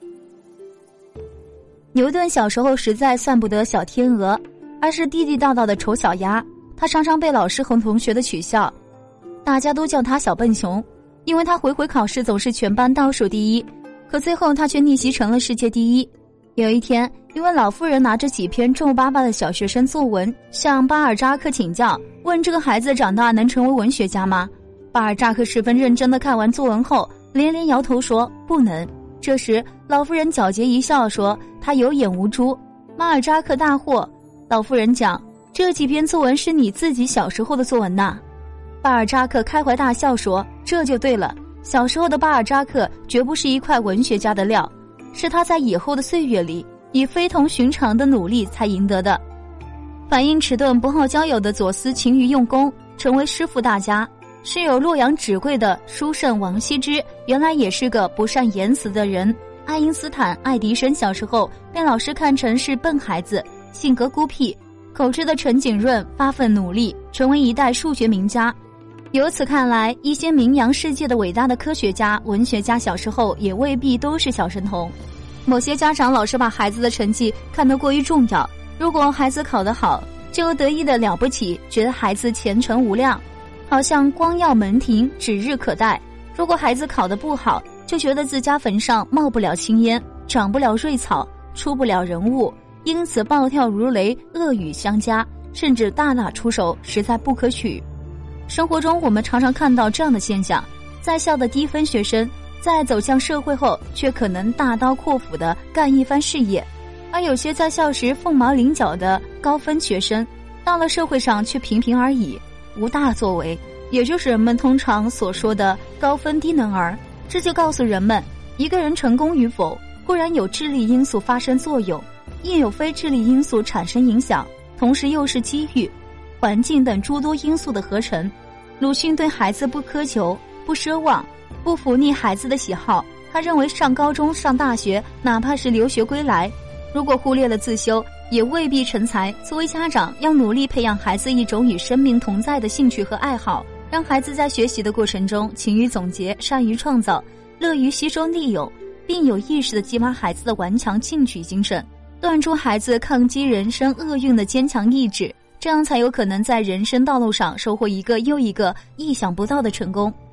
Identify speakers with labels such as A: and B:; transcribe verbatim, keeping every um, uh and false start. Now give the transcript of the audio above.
A: 牛顿小时候实在算不得小天鹅，而是地地道道的丑小鸭，他常常被老师和同学的取笑，大家都叫他小笨熊，因为他回回考试总是全班倒数第一，可最后他却逆袭成了世界第一。有一天，一位老妇人拿着几篇皱巴巴的小学生作文向巴尔扎克请教，问这个孩子长大能成为文学家吗？巴尔扎克十分认真地看完作文后，连连摇头说不能。这时老妇人皎洁一笑说他有眼无珠。巴尔扎克大惑，老妇人讲，这几篇作文是你自己小时候的作文呐。巴尔扎克开怀大笑说，这就对了，小时候的巴尔扎克绝不是一块文学家的料，是他在以后的岁月里以非同寻常的努力才赢得的。反应迟钝不好交友的左思勤于用功，成为诗赋大家。是有洛阳纸贵的书圣王羲之原来也是个不善言辞的人。爱因斯坦、爱迪生小时候被老师看成是笨孩子，性格孤僻，口吃的陈景润发奋努力，成为一代数学名家。由此看来，一些名扬世界的伟大的科学家、文学家小时候也未必都是小神童。某些家长老是把孩子的成绩看得过于重要，如果孩子考得好，就得意的了不起，觉得孩子前程无量，好像光耀门庭，指日可待。如果孩子考得不好，就觉得自家坟上冒不了青烟，长不了瑞草，出不了人物，因此暴跳如雷，恶语相加，甚至大打出手，实在不可取。生活中我们常常看到这样的现象，在校的低分学生在走向社会后却可能大刀阔斧地干一番事业，而有些在校时凤毛麟角的高分学生到了社会上却平平而已，无大作为，也就是人们通常所说的高分低能儿。这就告诉人们，一个人成功与否固然有智力因素发生作用，亦有非智力因素产生影响，同时又是机遇、环境等诸多因素的合成。鲁迅对孩子不苛求，不奢望，不忤逆孩子的喜好。他认为上高中、上大学，哪怕是留学归来，如果忽略了自修，也未必成才。作为家长，要努力培养孩子一种与生命同在的兴趣和爱好，让孩子在学习的过程中勤于总结，善于创造，乐于吸收利用，并有意识地激发孩子的顽强进取精神，锻出孩子抗击人生厄运的坚强意志，这样才有可能在人生道路上收获一个又一个意想不到的成功。